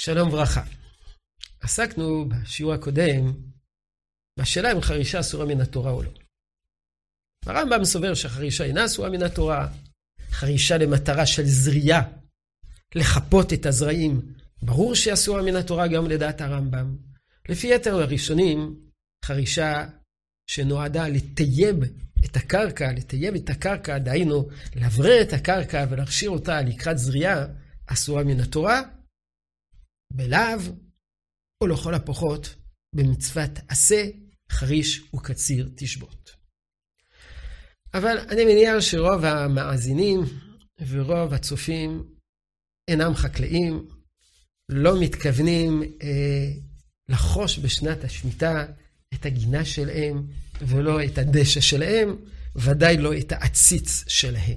שלום וברכה. עסקנו בשיעור הקודם בשאלה אם חרישה אסורה מן התורה או לא. הרמב"ם סובר שחרישה אינה אסורה מן התורה, חרישה למטרה של זריעה, לחפות את הזרעים, ברור שהיא אסורה מן התורה גם לדעת הרמב"ם. לפי יתר הראשונים, חרישה שנועדה לטייב את הקרקע, דהיינו לברר את הקרקע ולהכשיר אותה לקראת זריעה, אסורה מן התורה, בלאו, או לכל הפחות במצוות עשה, חריש וקציר תשבות. אבל אני מניח שרוב המאזינים ורוב הצופים אינם חקלאים, לא מתכוונים לחוש בשנת השמיטה את הגינה שלהם ולא את הדשא שלהם, ודאי לא את העציץ שלהם.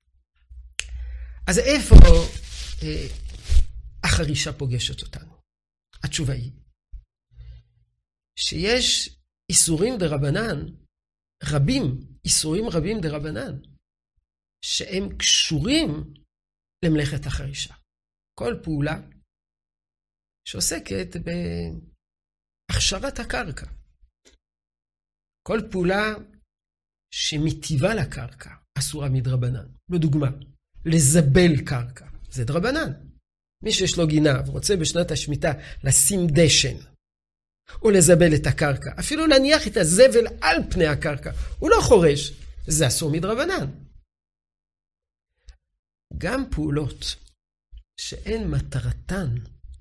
אז איפה החרישה פוגשת אותנו? התשובה היא שיש איסורים דרבנן, איסורים רבים דרבנן, שהם קשורים למלאכת החרישה. כל פעולה שעוסקת בהכשרת הקרקע. כל פעולה שמטיבה לקרקע, אסורה מדרבנן. לדוגמה, לזבל קרקע, זה דרבנן. מי שיש לו גינה ורוצה בשנת השמיטה לשים דשן, או לזבל את הקרקע, אפילו להניח את הזבל על פני הקרקע, הוא לא חורש, זה אסור מדרבנן. גם פעולות שאין מטרתן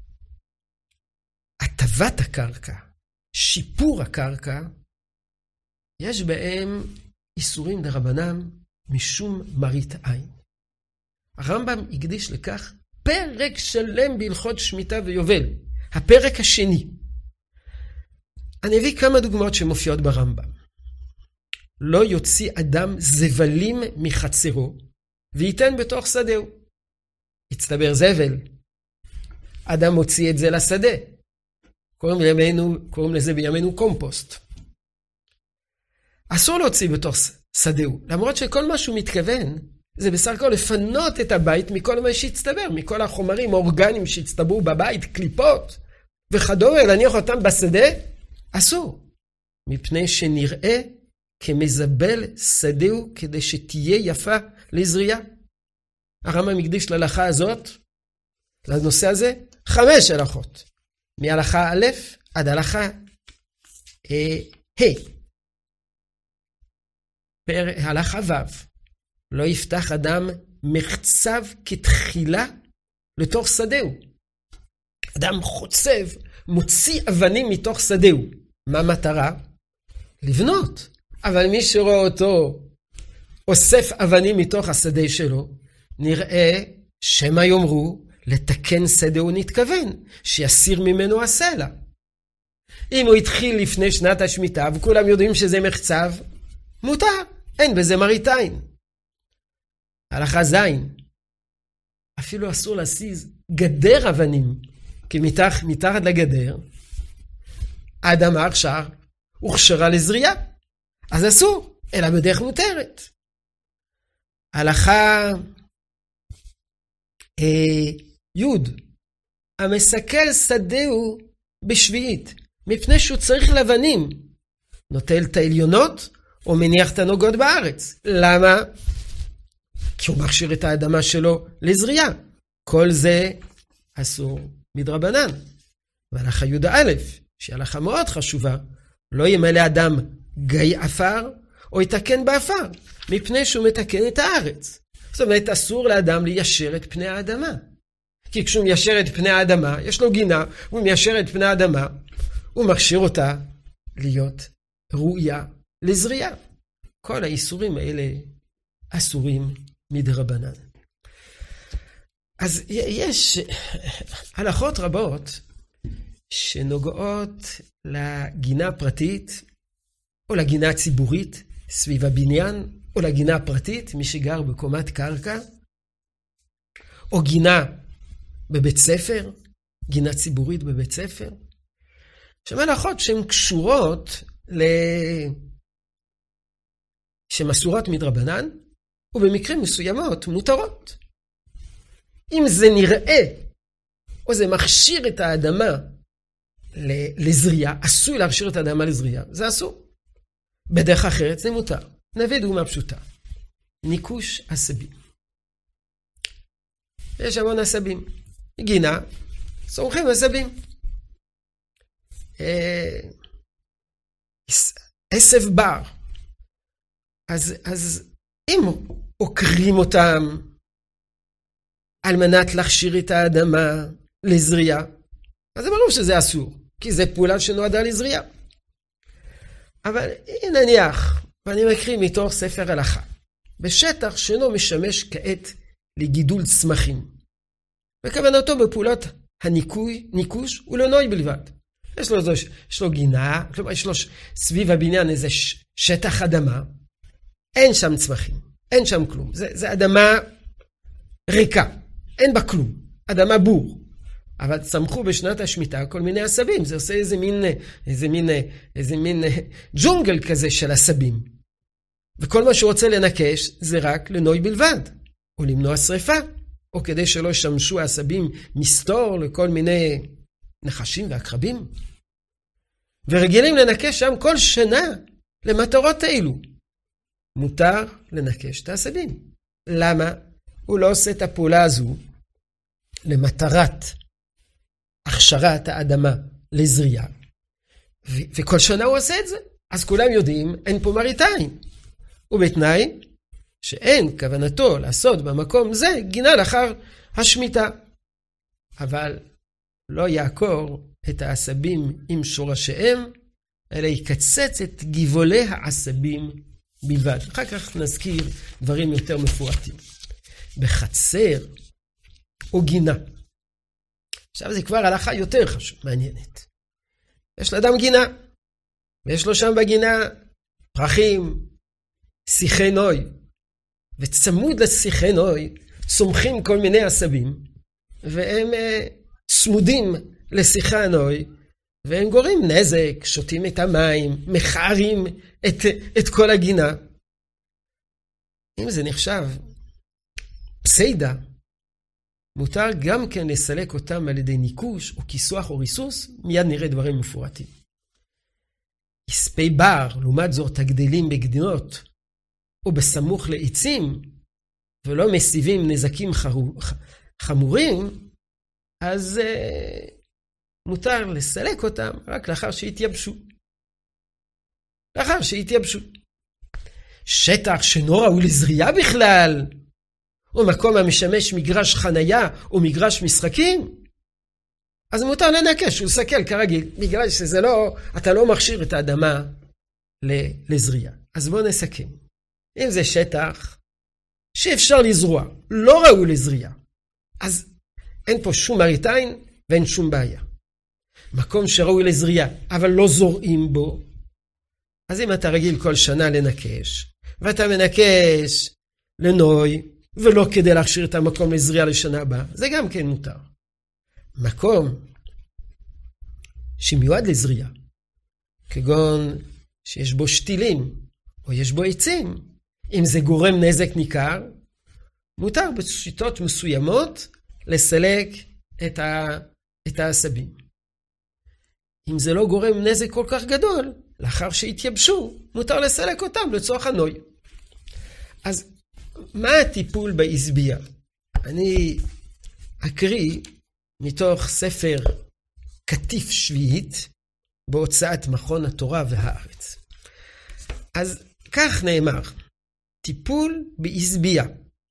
הטבת הקרקע, שיפור הקרקע, יש בהם איסורים דרבנן משום מראית עין. הרמב"ם הקדיש לכך פרק שלם בהלכות שמיטה ויובל, הפרק השני. אני אביא כמה דוגמאות שמופיעות ברמב"ם. לא יוציא אדם זבלים מחצרו וייתן בתוך שדהו. הצטבר זבל, אדם מוציא את זה לשדה. קוראים לזה בימינו קומפוסט. אסור להוציא בתוך שדהו, למרות שכל מה שהוא מתכוון, זה בסך הכל לפנות את הבית מכל מה שהצטבר, מכל החומרים האורגניים שהצטברו בבית, קליפות וכדומה, להניח אותם בשדה, אסור. מפני שנראה כמזבל שדהו כדי שתהיה יפה לזריעה. הרמב"ם מקדיש להלכה הזאת, לנושא הזה, 5 הלכות. מהלכה א' עד הלכה ה'. הלכה ו'. לא יפתח אדם מחצב כתחילה לתוך שדהו. אדם חוצב, מוציא אבנים מתוך שדהו. מה המטרה? לבנות. אבל מי שרואה אותו אוסף אבנים מתוך השדה שלו, נראה שמא יאמרו לתקן שדהו נתכוון, שיסיר ממנו הסלע. אם הוא התחיל לפני שנת השמיטה וכולם יודעים שזה מחצב, מותר, אין בזה מראית עין. הלכה ז'. אפילו אסור להסיז גדר אבנים, כי מתחת לגדר, האדמה עכשיו הוכשרה לזריעה, אז אסור, אלא בדרך מותרת. הלכה י'. המסכל שדהו בשביעית, מפני שהוא צריך לבנים, נוטל את העליונות, או מניח את הנוגות בארץ. למה? כי הוא מכשיר את האדמה שלו לזריעה. כל זה אסור מדרבנן. והלכה י"א, שהיא הלכה מאוד חשובה, לא ימלא אדם גיא עפר, או יתקן באפר, מפני שהוא מתקן את הארץ. זאת אומרת, אסור לאדם ליישר את פני האדמה. כי כשהוא מיישר את פני האדמה, יש לו גינה, הוא מיישר את פני האדמה, הוא מכשיר אותה להיות ראויה לזריעה. כל האיסורים האלה אסורים מדרבנן. אז יש הלכות רבות שנוגעות לגינה הפרטית או לגינה הציבורית סביב הבניין, או לגינה הפרטית, מי שגר בקומת קרקע, או גינה בבית ספר, גינה ציבורית בבית ספר. שם הלכות שהן קשורות שהן אסורות מדרבנן, ובמקרים מסוימות מותרות. אם זה נראה או זה מכשיר את האדמה לזריעה, עשוי להכשיר את האדמה לזריעה, זה אסור. בדרך אחרת זה מותר. נביא דוגמה פשוטה. ניקוש עשבים. יש המון עשבים. גינה, סומכים עשבים. עשב בר. אז אם עוקרים אותם על מנת להכשיר את האדמה לזריעה, אז זה ברור שזה אסור, כי זה פעולה שנועדה לזריעה. אבל נניח, ואני מקריא מתוך ספר הלכה, בשטח שאינו משמש כעת לגידול צמחים, וכוונתו בפעולת הניקוש הוא לנוי בלבד. יש לו גינה, כלומר יש לו סביב הבניין איזה שטח אדמה, אין שם צמחים, אין שם כלום, זה אדמה ריקה, אין בה כלום, אדמה בור. אבל צמחו בשנת השמיטה כל מיני עשבים, זה עושה איזה מין ג'ונגל כזה של עשבים. וכל מה שהוא רוצה לנקש זה רק לנוי בלבד, או למנוע שריפה, או כדי שלא ישמשו העשבים מסתור לכל מיני נחשים ועקרבים. ורגילים לנקש שם כל שנה למטרות האלו. מותר לנקש את העשבים. למה? הוא לא עושה את הפעולה הזו למטרת הכשרת האדמה לזריעה. וכל שנה הוא עושה את זה. אז כולם יודעים, אין פה מראית עין. ובתנאי שאין כוונתו לעשות במקום זה גינה לאחר השמיטה. אבל לא יעקור את העשבים עם שורשיהם, אלא יקצץ את גבעולי העשבים בלבד. אחר כך נזכיר דברים יותר מפורטים. בחצר או גינה. עכשיו זה כבר הלכה יותר חשוב, מעניינת. יש לאדם גינה, ויש לו שם בגינה פרחים, שיחי נוי, וצמוד לשיחי נוי צומחים כל מיני עשבים, והם צמודים לשיחי הנוי, והם גורמים נזק, שותים את המים, מחרים את כל הגינה. אם זה נחשב פסיידה, מותר גם כן לסלק אותם על ידי ניקוש או כיסוח או ריסוס, מיד נראה דברים מפורטים. עשפי בר, לעומת זאת הגדלים בגדינות או בסמוך לעצים, ולא מסיבים נזקים חמורים, אז מותר לסלק אותם רק לאחר שהתייבשו. לאחר שהתייבשו. שטח שאינו ראוי לזריעה בכלל, או מקום המשמש מגרש חנייה או מגרש משחקים, אז מותר לנקש ולסכל כרגיל, בגלל שזה לא, אתה לא מכשיר את האדמה לזריעה. אז בואו נסכם. אם זה שטח שאפשר לזרוע, לא ראוי לזריעה, אז אין פה שום מראית עין ואין שום בעיה. מקום שראוי לזריעה, אבל לא זורעים בו, אז אם אתה רגיל כל שנה לנקש, ואתה מנקש לנוי, ולא כדי להכשיר את המקום לזריעה לשנה הבאה, זה גם כן מותר. מקום שמיועד לזריעה, כגון שיש בו שתילים, או יש בו עצים, אם זה גורם נזק ניכר, מותר בשיטות מסוימות לסלק את העשבים. אם זה לא גורם נזק כל כך גדול, לאחר שהתייבשו, מותר לסלק אותם לצורך הנוי. אז מה הטיפול בעזבייה? אני אקריא מתוך ספר כתיף שביעית, בהוצאת מכון התורה והארץ. אז כך נאמר, טיפול בעזבייה,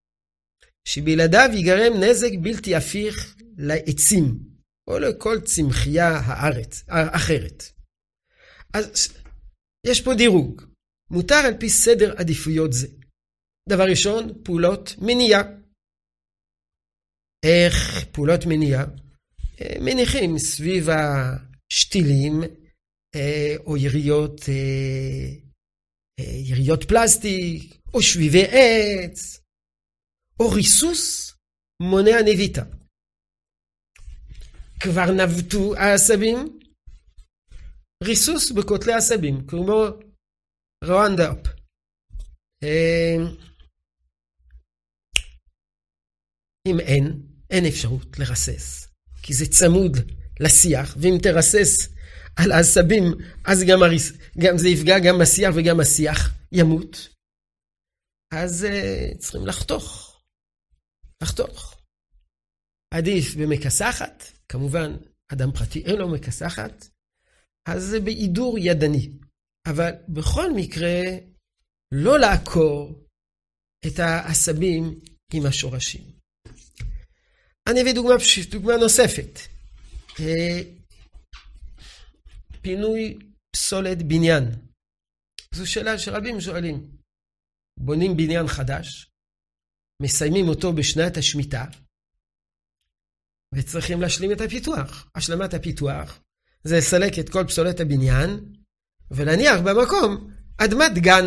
שבלעדיו ייגרם נזק בלתי הפיך לעצים, או לכל צמחייה הארץ, אחרת. אז יש פה דירוג, מותר על פי סדר עדיפויות זה. דבר ראשון, פעולות מניעה. איך פעולות מניעה? מניחים סביב השתילים, או יריות פלסטיק, או שביבי עץ, או ריסוס מונע נביטה. כבר נבטו העשבים, ריסוס בכותלי העשבים, כמו ראונדאפ. אם אין אפשרות לרסס, כי זה צמוד לשיח, ואם תרסס על העשבים, אז גם זה יפגע גם בשיח וגם השיח ימות. אז צריכים לחתוך. עדיף במכסחת, כמובן אדם פרטי אין לו מכסחת, אז זה בהידור ידני. אבל בכל מקרה, לא לעקור את העשבים עם השורשים. אני אביא דוגמה נוספת. פינוי פסולת בניין. זו שאלה שרבים שואלים. בונים בניין חדש, מסיימים אותו בשנת השמיטה, וצריכים להשלים את הפיתוח. השלמת הפיתוח זה לסלק את כל פסולת הבניין, ולהניח במקום אדמת גן.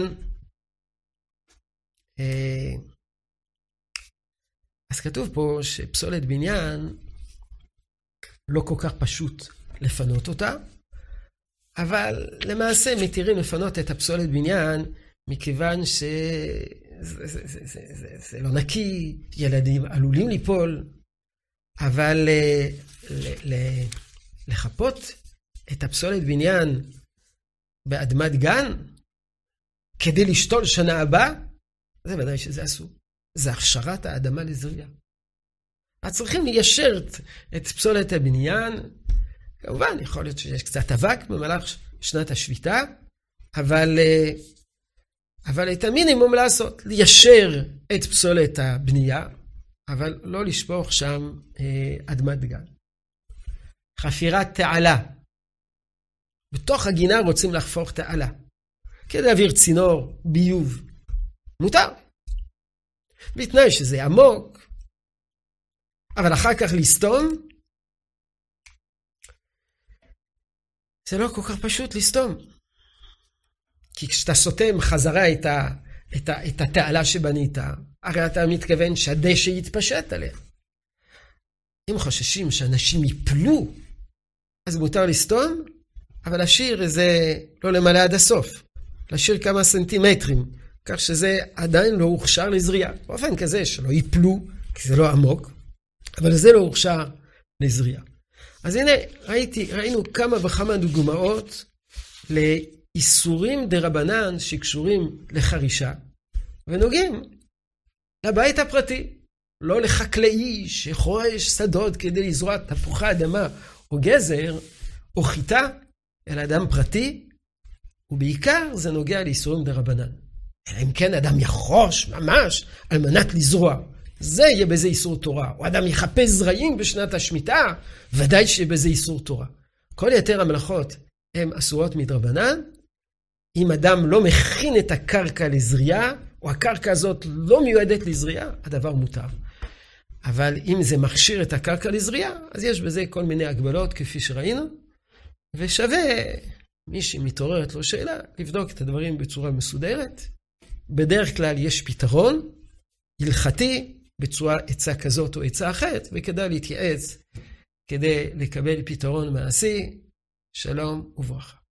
אז כתוב פה שפסולת בניין לא כל כך פשוט לפנות אותה, אבל למעשה מתירים לפנות את הפסולת בניין, מכיוון שזה לא נקי, ילדים עלולים ליפול, אבל לחפות את הפסולת בניין באדמת גן, כדי לשתול שנה הבאה, זה ודאי שזה אסור. זה הכשרת האדמה לזריעה. אז צריכים ליישר את פסולת הבניין, כמובן יכול להיות שיש קצת אבק במהלך שנת השביתה, אבל את המינימום לעשות, ליישר את פסולת הבנייה, אבל לא לשפוך שם אדמת גן. חפירת תעלה. בתוך הגינה רוצים לחפוך תעלה. כדי להעביר צינור ביוב. מותר. בתנאי שזה עמוק. אבל אחר כך לסתום. זה לא כל כך פשוט לסתום. כי כשאתה סותם חזרה את התעלה שבנית, הרי אתה מתכוון שהדשא יתפשט עליה. אם חוששים שאנשים יפלו, אז מותר לסתום, אבל להשאיר איזה לא למלא עד הסוף. להשאיר כמה סנטימטרים, כך שזה עדיין לא הוכשר לזריעה. באופן כזה שלא יפלו, כי זה לא עמוק, אבל זה לא הוכשר לזריעה. אז הנה ראינו כמה וכמה דוגמאות לאיסורים דרבנן שקשורים לחרישה, ונוגעים לבית הפרטי, לא לחקלאי שחורש שדות כדי לזרוע תפוחי אדמה או גזר או חיטה, אלא אדם פרטי, ובעיקר זה נוגע לאיסורים דרבנן. אלא אם כן אדם יחרוש ממש על מנת לזרוע, זה יהיה בזה איסור תורה. או אדם יחפש זרעים בשנת השמיטה, ודאי שיהיה בזה איסור תורה. כל יתר המלאכות הן אסורות מדרבנן. אם אדם לא מכין את הקרקע לזריעה, או הקרקע הזאת לא מיועדת לזריעה, הדבר מותר. אבל אם זה מכשיר את הקרקע לזריעה, אז יש בזה כל מיני הגבלות כפי שראינו, ושווה מי שמתעוררת לו שאלה, לבדוק את הדברים בצורה מסודרת. בדרך כלל יש פתרון הלכתי בצורה עצה כזאת או עצה אחרת, וכדאי להתייעץ כדי לקבל פתרון מעשי. שלום וברכה.